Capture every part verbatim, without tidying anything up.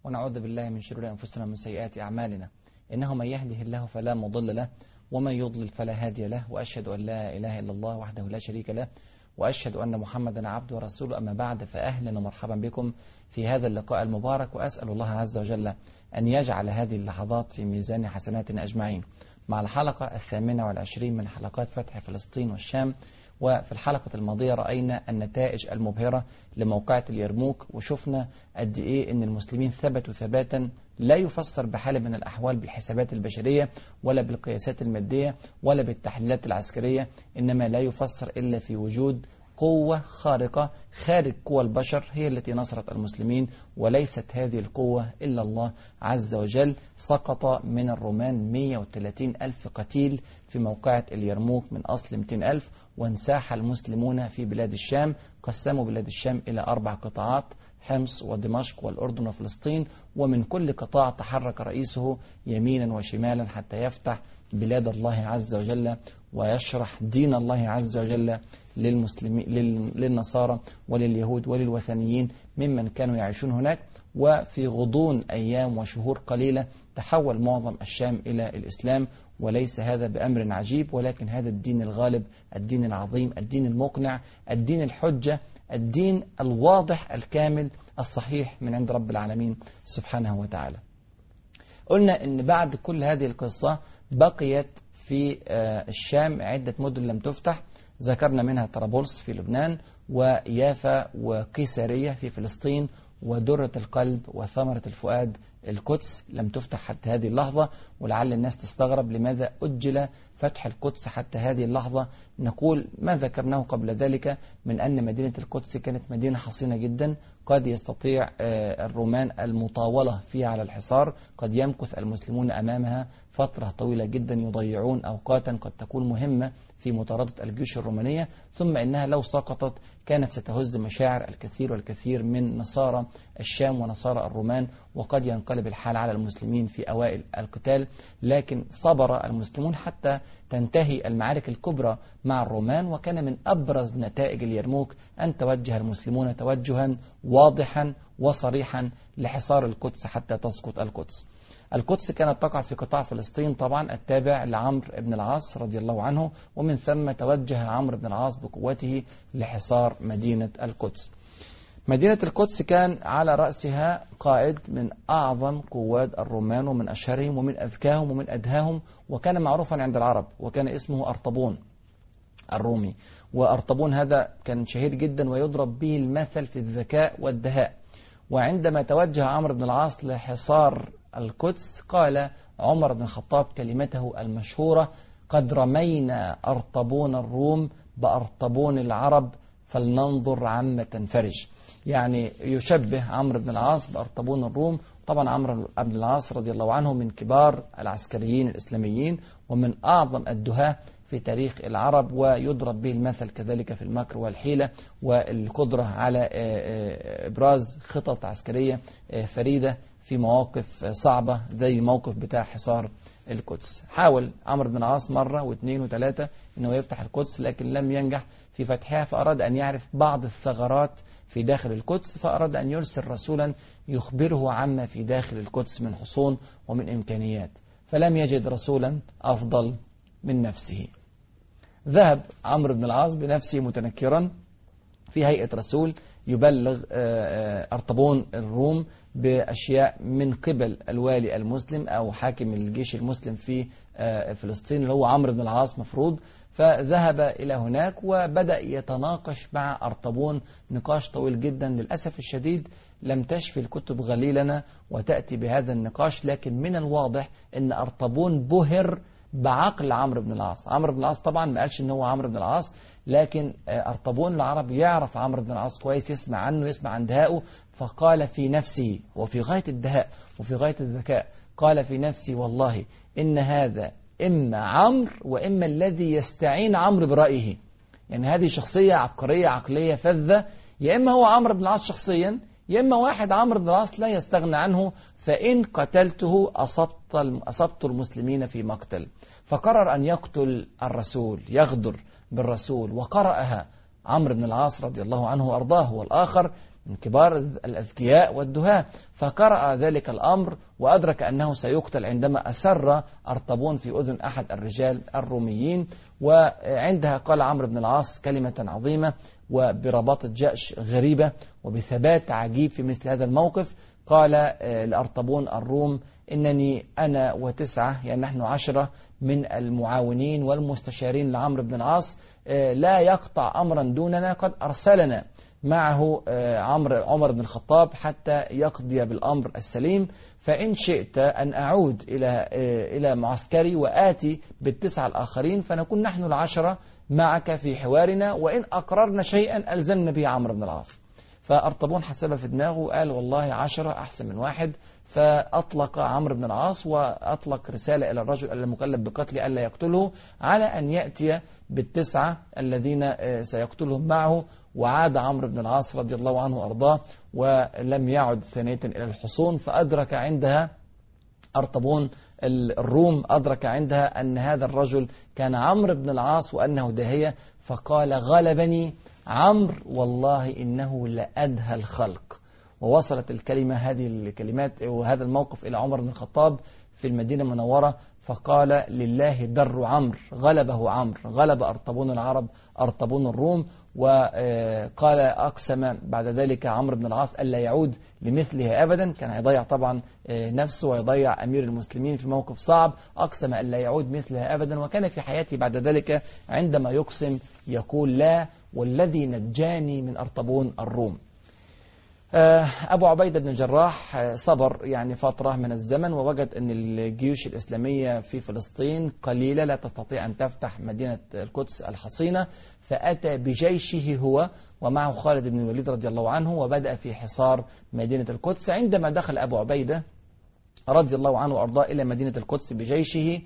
ونعوذ بالله من شرور أنفسنا ومن سيئات أعمالنا، إنه من يهده الله فلا مضل له ومن يضلل فلا هادي له، وأشهد أن لا إله إلا الله وحده لا شريك له، وأشهد أن محمدا عبده ورسوله. أما بعد، فأهلا ومرحبا بكم في هذا اللقاء المبارك، وأسأل الله عز وجل أن يجعل هذه اللحظات في ميزان حسناتنا أجمعين، مع الحلقة الثامنة والعشرين من حلقات فتح فلسطين والشام. وفي الحلقة الماضية رأينا النتائج المبهرة لموقعة اليرموك، وشفنا قد إيه أن المسلمين ثبتوا ثباتا لا يفسر بحال من الأحوال بالحسابات البشرية ولا بالقياسات المادية ولا بالتحليلات العسكرية، إنما لا يفسر إلا في وجود قوة خارقة خارج قوى البشر هي التي نصرت المسلمين، وليست هذه القوة إلا الله عز وجل. سقط من الرومان مئة وثلاثين ألف قتيل في موقعة اليرموك من أصل مئتين ألف، وانساح المسلمون في بلاد الشام. قسموا بلاد الشام إلى أربع قطاعات: حمص ودمشق والأردن وفلسطين، ومن كل قطاع تحرك رئيسه يمينا وشمالا حتى يفتح بلاد الله عز وجل ويشرح دين الله عز وجل للمسلمين للنصارى ولليهود وللوثنيين ممن كانوا يعيشون هناك. وفي غضون أيام وشهور قليلة تحول معظم الشام إلى الإسلام، وليس هذا بأمر عجيب، ولكن هذا الدين الغالب، الدين العظيم، الدين المقنع، الدين الحجة، الدين الواضح الكامل الصحيح من عند رب العالمين سبحانه وتعالى. قلنا أن بعد كل هذه القصة بقيت في الشام عدة مدن لم تفتح، ذكرنا منها طرابلس في لبنان، ويافا وقيسارية في فلسطين، ودرة القلب وثمرة الفؤاد القدس لم تفتح حتى هذه اللحظة. ولعل الناس تستغرب لماذا أجل فتح القدس حتى هذه اللحظة. نقول ما ذكرناه قبل ذلك من أن مدينة القدس كانت مدينة حصينة جدا، قد يستطيع الرومان المطاولة فيها على الحصار، قد يمكث المسلمون أمامها فترة طويلة جدا، يضيعون أوقاتا قد تكون مهمة في مطاردة الجيوش الرومانية، ثم إنها لو سقطت كانت ستهز مشاعر الكثير والكثير من نصارى الشام ونصارى الرومان، وقد ينقلب الحال على المسلمين في أوائل القتال. لكن صبر المسلمون حتى تنتهي المعارك الكبرى مع الرومان، وكان من أبرز نتائج اليرموك أن توجه المسلمون توجها واضحا وصريحا لحصار القدس حتى تسقط القدس. القدس كانت تقع في قطاع فلسطين طبعا التابع لعمرو بن العاص رضي الله عنه، ومن ثم توجه عمرو بن العاص بقوته لحصار مدينة القدس. مدينة القدس كان على رأسها قائد من أعظم قوات الرومان ومن أشهرهم ومن أذكاهم ومن أدهاهم، وكان معروفا عند العرب، وكان اسمه أرطبون الرومي. وأرطبون هذا كان شهير جدا ويضرب به المثل في الذكاء والدهاء. وعندما توجه عمرو بن العاص لحصار القدس قال عمر بن الخطاب كلمته المشهورة: قد رمينا أرطبون الروم بأرطبون العرب فلننظر عما تنفرج. يعني يشبه عمرو بن العاص بأرطبون الروم. طبعا عمرو بن العاص رضي الله عنه من كبار العسكريين الإسلاميين ومن أعظم الدهاة في تاريخ العرب، ويضرب به المثل كذلك في المكر والحيلة والقدرة على إبراز خطط عسكرية فريدة في مواقف صعبة زي موقف بتاع حصار القدس. حاول عمرو بن العاص مرة واثنين وثلاثة أنه يفتح القدس، لكن لم ينجح في فتحها، فأراد أن يعرف بعض الثغرات في داخل القدس، فأراد أن يرسل رسولا يخبره عما في داخل القدس من حصون ومن إمكانيات، فلم يجد رسولا أفضل من نفسه. ذهب عمرو بن العاص بنفسه متنكرا في هيئة رسول يبلغ أرطبون الروم بأشياء من قبل الوالي المسلم أو حاكم الجيش المسلم في فلسطين اللي هو عمرو بن العاص مفروض. فذهب إلى هناك وبدأ يتناقش مع أرطبون نقاش طويل جدا. للأسف الشديد لم تشفي الكتب غليلنا وتأتي بهذا النقاش، لكن من الواضح أن أرطبون بهر بعقل عمرو بن العاص. عمرو بن العاص طبعا ما قالش ان هو عمرو بن العاص، لكن أرطبون العرب يعرف عمرو بن العاص كويس، يسمع عنه، يسمع عن دهائه، فقال في نفسه وفي غاية الدهاء وفي غاية الذكاء، قال في نفسي والله إن هذا إما عمرو وإما الذي يستعين عمرو برأيه. يعني هذه شخصية عبقرية عقلية فذة، يا إما هو عمرو بن العاص شخصيا، يا إما واحد عمرو بن العاص لا يستغنى عنه، فإن قتلته أصبت أصبت المسلمين في مقتل. فقرر أن يقتل الرسول، يغدر بالرسول، وقرأها عمرو بن العاص رضي الله عنه وأرضاه والآخر من كبار الأذكياء والدهاة، فقرأ ذلك الأمر وأدرك أنه سيقتل عندما أسر أرطبون في أذن أحد الرجال الروميين. وعندها قال عمرو بن العاص كلمة عظيمة وبرباطة جأش غريبة وبثبات عجيب في مثل هذا الموقف. قال لأرطبون الروم: إنني أنا وتسعة، يعني نحن عشرة من المعاونين والمستشارين لعمرو بن العاص، لا يقطع أمرا دوننا، قد أرسلنا معه عمر عمر بن الخطاب حتى يقضي بالأمر السليم، فإن شئت أن أعود إلى إلى معسكري وآتي بالتسعة الآخرين فنكون نحن العشرة معك في حوارنا، وإن أقررنا شيئا ألزمنا به عمرو بن العاص. فأرطبون حسب في دماغه وقال: والله عشرة أحسن من واحد. فأطلق عمرو بن العاص وأطلق رسالة إلى الرجل المكلف بقتله ألا يقتله، على أن يأتي بالتسعة الذين سيقتلهم معه. وعاد عمرو بن العاص رضي الله عنه وأرضاه ولم يعد ثانية إلى الحصون. فأدرك عندها أرطبون الروم أدرك عندها أن هذا الرجل كان عمرو بن العاص وأنه داهية، فقال: غلبني عمرو والله إنه لأدهى الخلق. ووصلت الكلمة هذه الكلمات وهذا الموقف إلى عمر بن الخطاب في المدينة المنورة، فقال: لله در عمرو، غلبه عمرو، غلب أرطبون العرب أرطبون الروم. وقال أقسم بعد ذلك عمرو بن العاص ألا يعود لمثلها أبدا، كان هيضيع طبعا نفسه ويضيع أمير المسلمين في موقف صعب، أقسم ألا يعود مثلها أبدا. وكان في حياته بعد ذلك عندما يقسم يقول: لا والذي نجاني من أرطبون الروم. أبو عبيدة بن الجراح صبر يعني فترة من الزمن، ووجد أن الجيوش الإسلامية في فلسطين قليلة لا تستطيع أن تفتح مدينة القدس الحصينة، فأتى بجيشه هو ومعه خالد بن الوليد رضي الله عنه وبدأ في حصار مدينة القدس. عندما دخل أبو عبيدة رضي الله عنه وأرضاه إلى مدينة القدس بجيشه،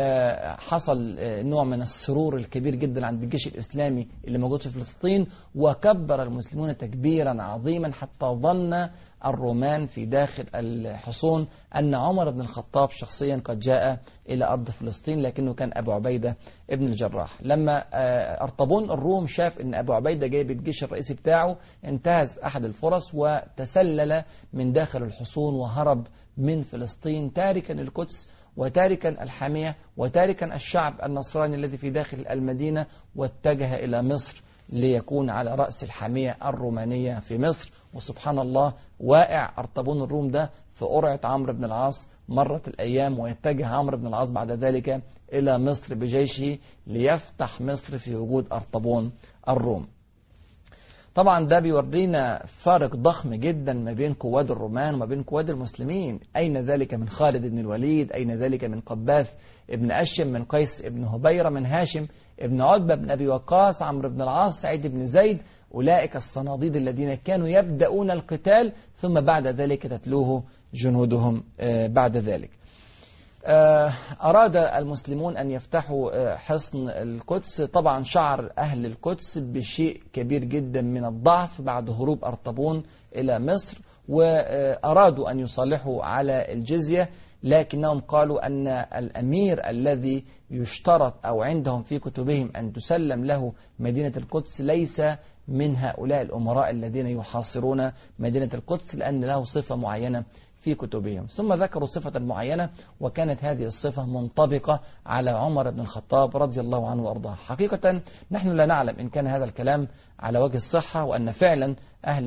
حصل نوع من السرور الكبير جدا عند الجيش الإسلامي اللي موجود في فلسطين، وكبر المسلمون تكبيرا عظيما حتى ظن الرومان في داخل الحصون أن عمر بن الخطاب شخصيا قد جاء إلى أرض فلسطين، لكنه كان أبو عبيدة ابن الجراح. لما أرطبون الروم شاف أن أبو عبيدة جاي بالجيش الرئيسي بتاعه، انتهز أحد الفرص وتسلل من داخل الحصون وهرب من فلسطين، تاركا القدس وتاركا الحامية وتاركا الشعب النصراني الذي في داخل المدينة، واتجه إلى مصر ليكون على رأس الحامية الرومانية في مصر. وسبحان الله واقع أرطبون الروم ده في قرعة عمرو بن العاص. مرت الأيام ويتجه عمرو بن العاص بعد ذلك إلى مصر بجيشه ليفتح مصر في وجود أرطبون الروم. طبعا ده بيورينا فارق ضخم جدا ما بين قواد الرومان وما بين قواد المسلمين. أين ذلك من خالد بن الوليد، أين ذلك من قباث ابن أشم، من قيس ابن هبيرة، من هاشم ابن عتبة بن أبي وقاص، عمرو بن العاص، سعيد بن زيد، أولئك الصناديد الذين كانوا يبدأون القتال ثم بعد ذلك تتلوه جنودهم بعد ذلك. أراد المسلمون أن يفتحوا حصن القدس. طبعا شعر أهل القدس بشيء كبير جدا من الضعف بعد هروب أرطبون إلى مصر، وأرادوا أن يصالحوا على الجزية، لكنهم قالوا أن الأمير الذي يشترط أو عندهم في كتبهم أن تسلم له مدينة القدس ليس من هؤلاء الأمراء الذين يحاصرون مدينة القدس، لأن له صفة معينة في كتبهم. ثم ذكروا صفة معينة، وكانت هذه الصفة منطبقة على عمر بن الخطاب رضي الله عنه وأرضاه. حقيقة نحن لا نعلم إن كان هذا الكلام على وجه الصحة، وأن فعلا أهل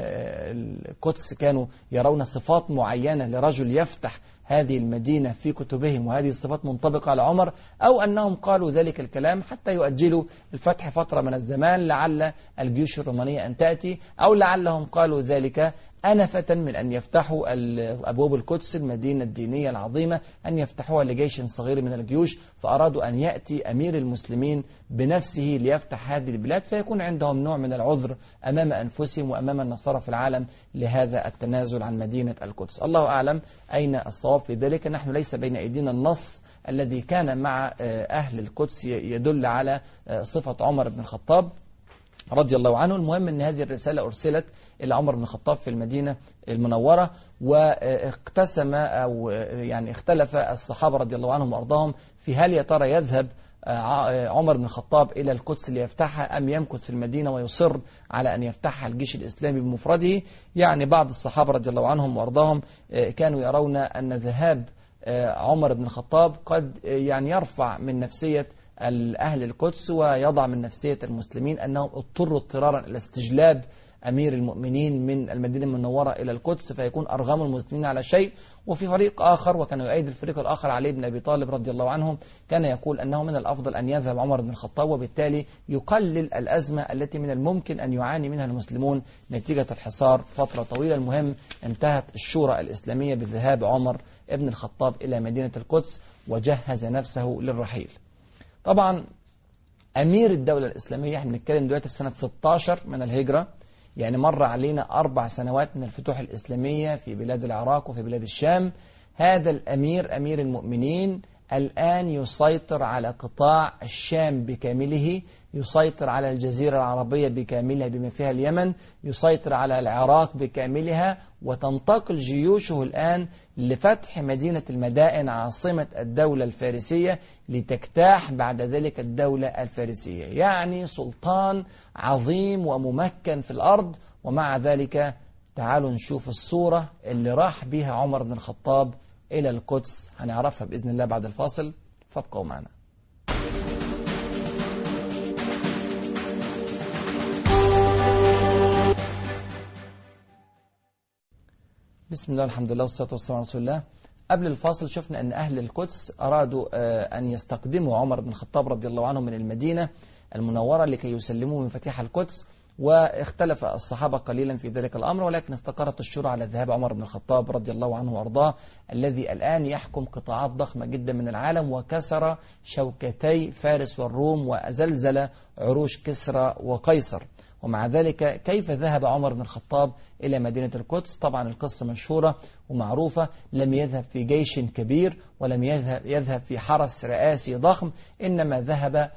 القدس كانوا يرون صفات معينة لرجل يفتح هذه المدينة في كتبهم وهذه الصفات منطبقة على عمر، أو أنهم قالوا ذلك الكلام حتى يؤجلوا الفتح فترة من الزمان لعل الجيوش الرومانية أن تأتي، أو لعلهم قالوا ذلك أنفة من أن يفتحوا أبواب القدس المدينة الدينية العظيمة، أن يفتحوها لجيش صغير من الجيوش، فأرادوا أن يأتي أمير المسلمين بنفسه ليفتح هذه البلاد، فيكون عندهم نوع من العذر أمام أنفسهم وأمام النصارى في العالم لهذا التنازل عن مدينة القدس. الله أعلم أين الصواب في ذلك. نحن ليس بين أيدينا النص الذي كان مع أهل القدس يدل على صفة عمر بن الخطاب رضي الله عنه. المهم أن هذه الرسالة أرسلت إلى عمر بن الخطاب في المدينة المنورة، واقتسم أو يعني اختلف الصحابة رضي الله عنهم وأرضاهم في هل يا ترى يذهب عمر بن الخطاب إلى القدس ليفتحها أم يمكث في المدينة ويصر على أن يفتحها الجيش الإسلامي بمفرده؟ يعني بعض الصحابة رضي الله عنهم وأرضاهم كانوا يرون أن ذهاب عمر بن الخطاب قد يعني يرفع من نفسية أهل القدس ويضع من نفسية المسلمين أنهم اضطروا اضطرارا إلى استجلاب أمير المؤمنين من المدينة المنورة إلى القدس، فيكون أرغام المسلمين على شيء. وفي فريق آخر وكان يؤيد الفريق الآخر علي بن أبي طالب رضي الله عنه كان يقول أنه من الأفضل أن يذهب عمر بن الخطاب، وبالتالي يقلل الأزمة التي من الممكن أن يعاني منها المسلمون نتيجة الحصار فترة طويلة. المهم انتهت الشورى الإسلامية بذهاب عمر بن الخطاب إلى مدينة القدس وجهز نفسه للرحيل. طبعا أمير الدولة الإسلامية، احنا بنتكلم دلوقتي في سنة ستة عشر من الهجرة، يعني مر علينا أربع سنوات من الفتوح الإسلامية في بلاد العراق وفي بلاد الشام. هذا الأمير أمير المؤمنين الآن يسيطر على قطاع الشام بكامله، يسيطر على الجزيرة العربية بكاملها بما فيها اليمن، يسيطر على العراق بكاملها، وتنتقل جيوشه الآن لفتح مدينة المدائن عاصمة الدولة الفارسية لتجتاح بعد ذلك الدولة الفارسية. يعني سلطان عظيم وممكن في الأرض. ومع ذلك تعالوا نشوف الصورة اللي راح بها عمر بن الخطاب إلى القدس، هنعرفها بإذن الله بعد الفاصل، فابقوا معنا. بسم الله الحمد لله والصلاة والسلام على رسول الله. قبل الفاصل شفنا أن أهل القدس أرادوا أن يستقدموا عمر بن الخطاب رضي الله عنه من المدينة المنورة لكي يسلموه مفاتيح القدس، واختلف الصحابة قليلا في ذلك الأمر، ولكن استقرت الشورى على ذهاب عمر بن الخطاب رضي الله عنه وأرضاه الذي الآن يحكم قطاعات ضخمة جدا من العالم، وكسر شوكتي فارس والروم وزلزل عروش كسرى وقيصر. ومع ذلك كيف ذهب عمر بن الخطاب إلى مدينة القدس؟ طبعا القصة مشهورة ومعروفة. لم يذهب في جيش كبير ولم يذهب, يذهب في حرس رئاسي ضخم، إنما ذهب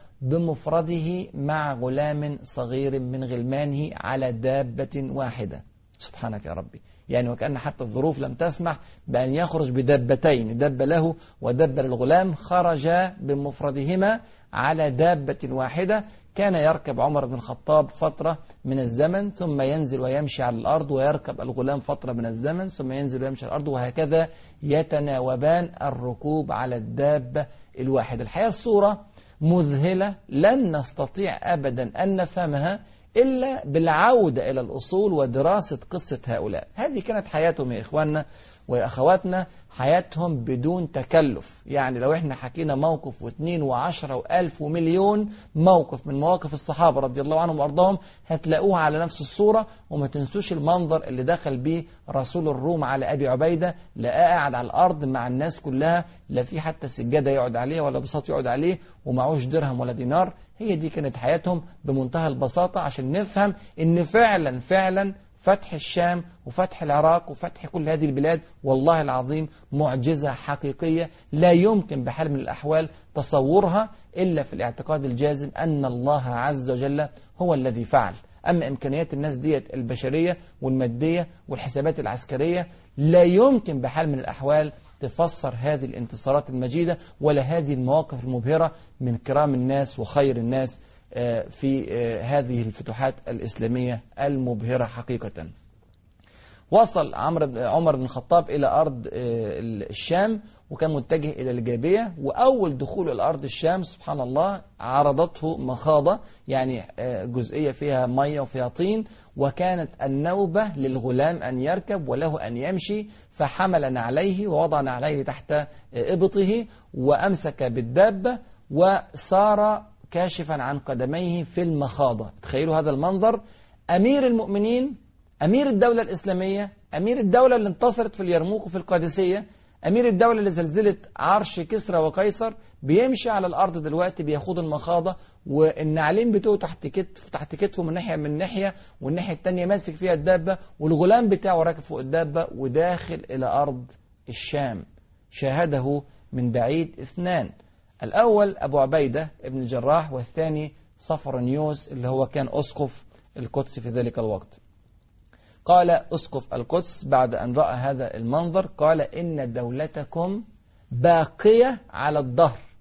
بمفرده مع غلام صغير من غلمانه على دابة واحدة. سبحانك يا ربي، يعني وكأن حتى الظروف لم تسمح بأن يخرج بدابتين، دابة له ودابة للغلام، خرج بمفردهما على دابة واحدة. كان يركب عمر بن الخطاب فترة من الزمن ثم ينزل ويمشي على الأرض، ويركب الغلام فترة من الزمن ثم ينزل ويمشي على الأرض، وهكذا يتناوبان الركوب على الدابة الواحدة. الحقيقة الصورة مذهلة، لن نستطيع أبدا أن نفهمها إلا بالعودة إلى الأصول ودراسة قصة هؤلاء. هذه كانت حياتهم يا إخواننا ويا أخواتنا، حياتهم بدون تكلف. يعني لو احنا حكينا موقف واثنين وعشرة وألف ومليون موقف من مواقف الصحابة رضي الله عنهم وأرضاهم هتلاقوها على نفس الصورة. وما تنسوش المنظر اللي دخل به رسول الروم على أبي عبيدة، لقاه قاعد على الأرض مع الناس كلها، لا في حتى سجادة يقعد عليها ولا بساط يقعد عليه، ومعوش درهم ولا دينار. هي دي كانت حياتهم بمنتهى البساطة، عشان نفهم ان فعلا فعلا فتح الشام وفتح العراق وفتح كل هذه البلاد والله العظيم معجزة حقيقية لا يمكن بحال من الأحوال تصورها إلا في الاعتقاد الجازم أن الله عز وجل هو الذي فعل. أما إمكانيات الناس ديت البشرية والمادية والحسابات العسكرية لا يمكن بحال من الأحوال تفسر هذه الانتصارات المجيدة ولا هذه المواقف المبهرة من كرام الناس وخير الناس في هذه الفتوحات الإسلامية المبهرة حقيقة. وصل عمر بن الخطاب إلى أرض الشام وكان متجه إلى الجابية، وأول دخول إلى أرض الشام سبحان الله عرضته مخاضة، يعني جزئية فيها مية وفيها طين، وكانت النوبة للغلام أن يركب وله أن يمشي، فحمل نعليه ووضع نعليه تحت إبطه وأمسك بالدابة وسار كاشفا عن قدميه في المخاضة. تخيلوا هذا المنظر، أمير المؤمنين، أمير الدولة الإسلامية، أمير الدولة اللي انتصرت في اليرموك وفي القادسية، أمير الدولة اللي زلزلت عرش كسرى وقيصر، بيمشي على الأرض دلوقتي بياخد المخاضة، والنعلين بتوعه تحت كتف تحت كتفه من ناحية من ناحية، والناحية التانية ماسك فيها الدابة، والغلام بتاعه راكب فوق الدابة وداخل إلى أرض الشام. شاهده من بعيد اثنان، الأول أبو عبيدة ابن الجراح، والثاني صفرنيوس اللي هو كان أسقف القدس في ذلك الوقت. قال أسقف القدس بعد أن رأى هذا المنظر، قال إن دولتكم باقية على الدهر،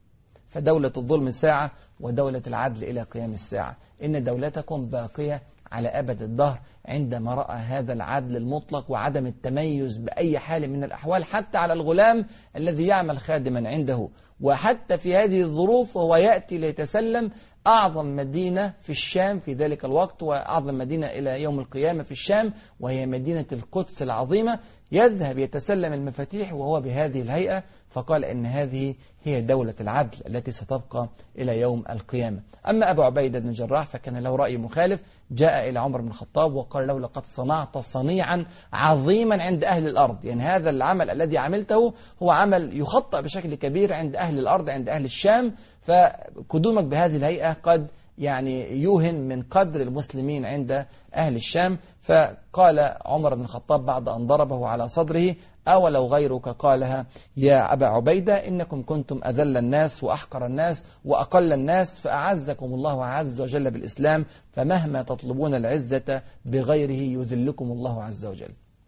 فدولة الظلم ساعة ودولة العدل إلى قيام الساعة. إن دولتكم باقية على أبد الدهر عندما رأى هذا العدل المطلق وعدم التميز بأي حال من الأحوال حتى على الغلام الذي يعمل خادما عنده. وحتى في هذه الظروف وهو يأتي ليتسلم أعظم مدينة في الشام في ذلك الوقت وأعظم مدينة إلى يوم القيامة في الشام وهي مدينة القدس العظيمة، يذهب يتسلم المفاتيح وهو بهذه الهيئة، فقال إن هذه هي دولة العدل التي ستبقى إلى يوم القيامة. أما أبو عبيدة بن الجراح فكان له رأي مخالف، جاء إلى عمر بن الخطاب وقال له لقد صنعت صنيعا عظيما عند أهل الأرض، يعني هذا العمل الذي عملته هو عمل يخطأ بشكل كبير عند أهل الأرض عند أهل الشام، فقدومك بهذه الهيئة قد يعني يوهن من قدر المسلمين عند أهل الشام. فقال عمر بن الخطاب بعد أن ضربه على صدره: أولو غيرك قالها يا أبا عبيدة إنكم كنتم أذل الناس وأحقر الناس وأقل الناس، فأعزكم الله عز وجل بالإسلام، فمهما تطلبون العزة بغيره يذلكم الله عز وجل.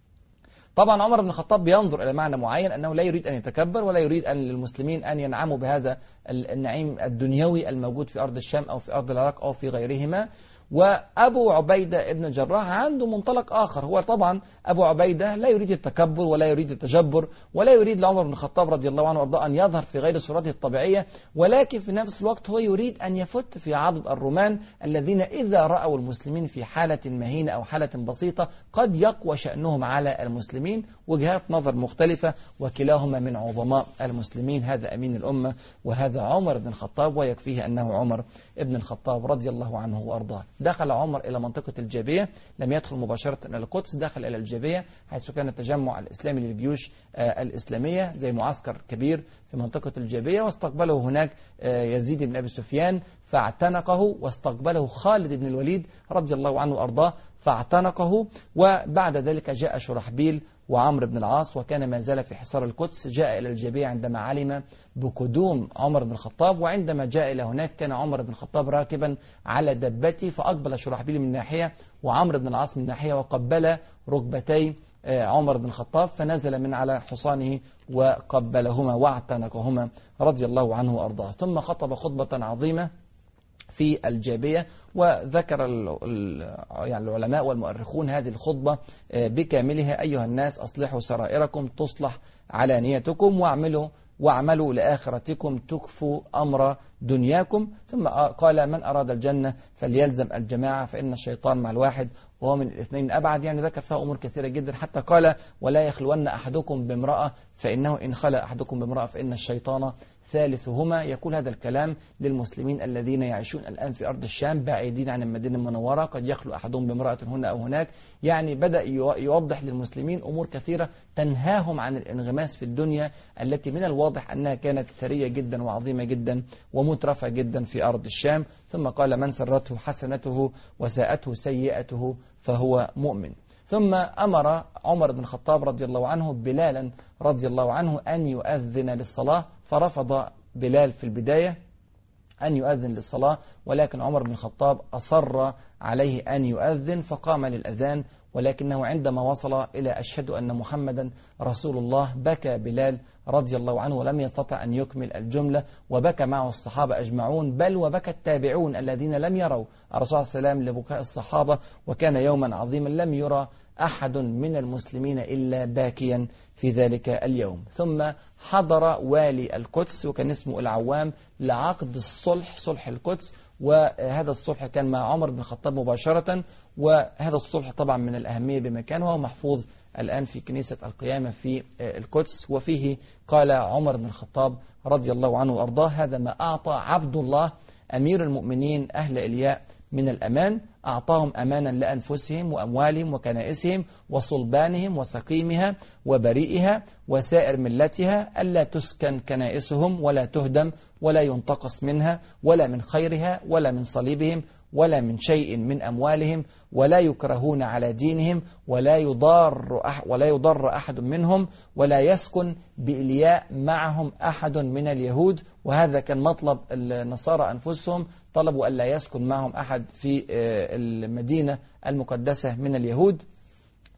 طبعا عمر بن الخطاب بينظر إلى معنى معين، أنه لا يريد أن يتكبر ولا يريد أن للمسلمين أن ينعموا بهذا النعيم الدنيوي الموجود في أرض الشام أو في أرض العراق أو في غيرهما. وأبو عبيدة ابن الجراح عنده منطلق آخر، هو طبعا أبو عبيدة لا يريد التكبر ولا يريد التجبر ولا يريد لعمر بن الخطاب رضي الله عنه وارضاه أن يظهر في غير صورته الطبيعية، ولكن في نفس الوقت هو يريد أن يفت في عضد الرومان الذين إذا رأوا المسلمين في حالة مهينة أو حالة بسيطة قد يقوى شأنهم على المسلمين. وجهات نظر مختلفة وكلاهما من عظماء المسلمين، هذا أمين الأمة وهذا عمر بن الخطاب، ويكفيه أنه عمر بن الخطاب رضي الله عنه وأرضاه. دخل عمر إلى منطقة الجابية، لم يدخل مباشرة إلى القدس، دخل إلى الجابية حيث كان التجمع الإسلامي للجيوش الإسلامية زي معسكر كبير في منطقة الجابية، واستقبله هناك يزيد بن أبي سفيان فاعتنقه، واستقبله خالد بن الوليد رضي الله عنه وأرضاه فاعتنقه. وبعد ذلك جاء شرحبيل وعمرو بن العاص، وكان ما زال في حصار القدس، جاء إلى الجابية عندما علم بقدوم عمر بن الخطاب. وعندما جاء إلى هناك كان عمر بن الخطاب راكبا على دبته، فأقبل شرحبيل من ناحية وعمرو بن العاص من ناحية، وقبل ركبتي عمر بن الخطاب، فنزل من على حصانه وقبلهما واعتنقهما رضي الله عنه وأرضاه. ثم خطب خطبة عظيمة في الجابية، وذكر يعني العلماء والمؤرخون هذه الخطبة بكاملها: أيها الناس أصلحوا سرائركم تصلح علانيتكم، واعملوا واعملوا لآخرتكم تكفوا أمر دنياكم. ثم قال: من أراد الجنة فليلزم الجماعة فإن الشيطان مع الواحد وهو من الاثنين أبعد. يعني ذكر فيها أمور كثيرة جدا، حتى قال: ولا يخلون أحدكم بامرأة فإنه إن خلى أحدكم بامرأة فإن الشيطان ثالثهما. يقول هذا الكلام للمسلمين الذين يعيشون الآن في أرض الشام بعيدين عن المدينة المنورة، قد يخلو أحدهم بامرأة هنا أو هناك. يعني بدأ يوضح للمسلمين أمور كثيرة تنهاهم عن الانغماس في الدنيا التي من الواضح أنها كانت ثرية جدا وعظيمة جدا ومترفة جدا في أرض الشام. ثم قال: من سرته حسنته وساءته سيئته فهو مؤمن. ثم أمر عمر بن الخطاب رضي الله عنه بلالا رضي الله عنه أن يؤذن للصلاة، فرفض بلال في البداية أن يؤذن للصلاة، ولكن عمر بن الخطاب أصر عليه أن يؤذن فقام للأذان. ولكنه عندما وصل إلى أشهد أن محمدا رسول الله بكى بلال رضي الله عنه ولم يستطع أن يكمل الجملة، وبكى معه الصحابة أجمعون، بل وبكى التابعون الذين لم يروا الرسول صلى الله عليه وسلم لبكاء الصحابة. وكان يوما عظيما لم يرى أحد من المسلمين إلا باكيا في ذلك اليوم. ثم حضر والي القدس وكان اسمه العوام لعقد الصلح، صلح القدس، وهذا الصلح كان مع عمر بن الخطاب مباشرة. وهذا الصلح طبعا من الأهمية بمكان، وهو محفوظ الآن في كنيسة القيامة في القدس. وفيه قال عمر بن الخطاب رضي الله عنه وأرضاه: هذا ما أعطى عبد الله أمير المؤمنين أهل إلياء من الأمان، أعطاهم أمانا لأنفسهم وأموالهم وكنائسهم وصلبانهم وسقيمها وبريئها وسائر ملتها، ألا تسكن كنائسهم ولا تهدم ولا ينتقص منها ولا من خيرها ولا من صليبهم ولا من شيء من أموالهم، ولا يكرهون على دينهم ولا يضار أح ولا يضر أحد منهم، ولا يسكن بإلياء معهم أحد من اليهود. وهذا كان مطلب النصارى أنفسهم، طلبوا ألا يسكن معهم أحد في المدينة المقدسة من اليهود.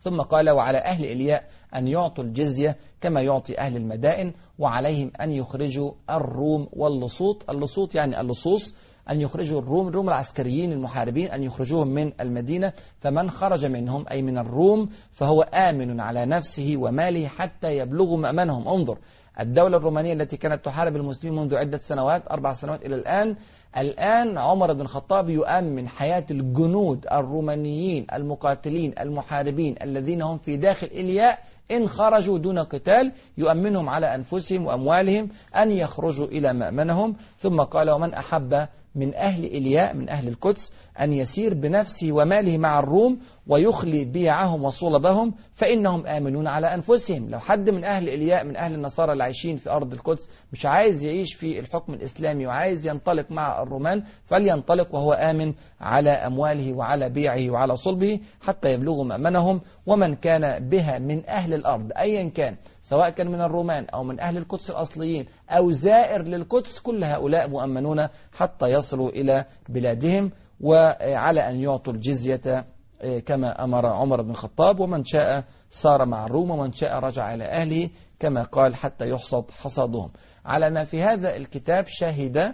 ثم قال وعلى أهل إلياء أن يعطوا الجزية كما يعطي أهل المدائن، وعليهم أن يخرجوا الروم واللصوط. اللصوط يعني اللصوص، أن يخرجوا الروم، الروم العسكريين المحاربين، أن يخرجوهم من المدينة. فمن خرج منهم أي من الروم فهو آمن على نفسه وماله حتى يبلغوا مأمنهم. انظر، الدولة الرومانية التي كانت تحارب المسلمين منذ عدة سنوات، أربع سنوات إلى الآن، الآن عمر بن الخطاب يؤمن حياة الجنود الرومانيين المقاتلين المحاربين الذين هم في داخل إلياء، إن خرجوا دون قتال يؤمنهم على أنفسهم وأموالهم أن يخرجوا إلى مأمنهم. ثم قال ومن أحب من أهل إلياء من أهل القدس أن يسير بنفسه وماله مع الروم ويخلي بيعهم وصلبهم فإنهم آمنون على أنفسهم. لو حد من أهل إلياء من أهل النصارى اللي عايشين في أرض القدس مش عايز يعيش في الحكم الإسلامي وعايز ينطلق مع الرومان، فلينطلق وهو آمن على أمواله وعلى بيعه وعلى صلبه حتى يبلغوا مأمنهم. ومن كان بها من أهل الأرض أيا كان، سواء كان من الرومان أو من أهل القدس الأصليين أو زائر للقدس، كل هؤلاء مؤمنون حتى يصلوا إلى بلادهم، وعلى أن يعطوا الجزية كما أمر عمر بن الخطاب. ومن شاء سار مع الروم ومن شاء رجع إلى أهله كما قال حتى يحصد حصادهم. على ما في هذا الكتاب شهد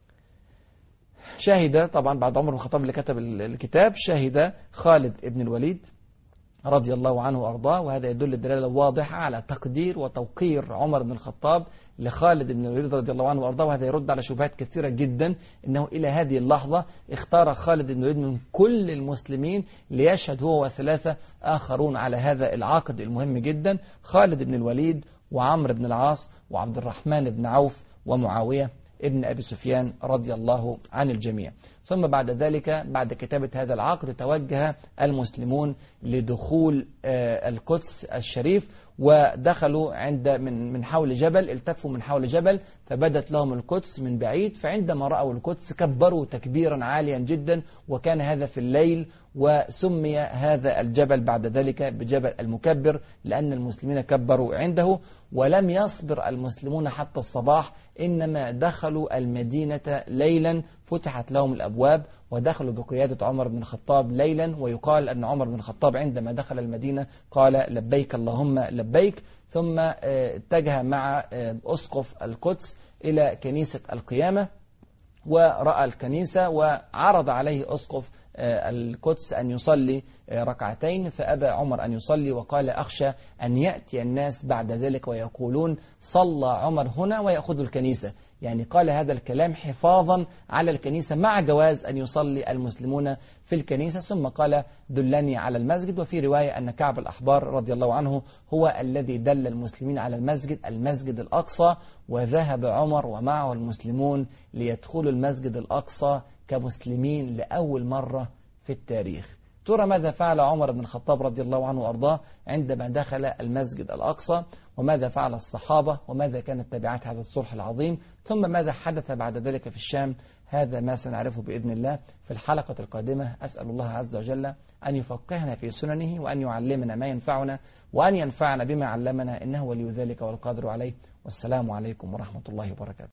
شهد طبعا بعد عمر بن الخطاب اللي كتب الكتاب، شهد خالد بن الوليد رضي الله عنه وأرضاه. وهذا يدل الدلالة واضحة على تقدير وتوقير عمر بن الخطاب لخالد بن الوليد رضي الله عنه وأرضاه. وهذا يرد على شبهات كثيرة جدا، إنه إلى هذه اللحظة اختار خالد بن الوليد من كل المسلمين ليشهد هو وثلاثة آخرون على هذا العقد المهم جدا، خالد بن الوليد وعمرو بن العاص وعبد الرحمن بن عوف ومعاوية ابن أبي سفيان رضي الله عن الجميع. ثم بعد ذلك بعد كتابة هذا العقد توجه المسلمون لدخول القدس الشريف، ودخلوا عند من من حول جبل، التفوا من حول جبل فبدت لهم القدس من بعيد. فعندما رأوا القدس كبروا تكبيرا عاليا جدا، وكان هذا في الليل، وسمي هذا الجبل بعد ذلك بجبل المكبر لأن المسلمين كبروا عنده. ولم يصبر المسلمون حتى الصباح، إنما دخلوا المدينة ليلا، فتحت لهم الأبواب ودخلوا بقيادة عمر بن الخطاب ليلا. ويقال أن عمر بن الخطاب عندما دخل المدينة قال لبيك اللهم لبيك، ثم اتجه مع أسقف القدس إلى كنيسة القيامة ورأى الكنيسة، وعرض عليه أسقف القدس أن يصلي ركعتين، فأبى عمر أن يصلي وقال أخشى أن يأتي الناس بعد ذلك ويقولون صلى عمر هنا ويأخذ الكنيسة. يعني قال هذا الكلام حفاظا على الكنيسة مع جواز أن يصلي المسلمون في الكنيسة. ثم قال دلني على المسجد. وفي رواية أن كعب الأحبار رضي الله عنه هو الذي دل المسلمين على المسجد المسجد الأقصى، وذهب عمر ومعه المسلمون ليدخلوا المسجد الأقصى كمسلمين لأول مرة في التاريخ. ترى ماذا فعل عمر بن الخطاب رضي الله عنه وأرضاه عندما دخل المسجد الأقصى، وماذا فعل الصحابة، وماذا كانت تبعات هذا الصلح العظيم، ثم ماذا حدث بعد ذلك في الشام؟ هذا ما سنعرفه بإذن الله في الحلقة القادمة. أسأل الله عز وجل أن يفقهنا في سننه، وأن يعلمنا ما ينفعنا، وأن ينفعنا بما علمنا، إنه ولي ذلك والقادر عليه. والسلام عليكم ورحمة الله وبركاته.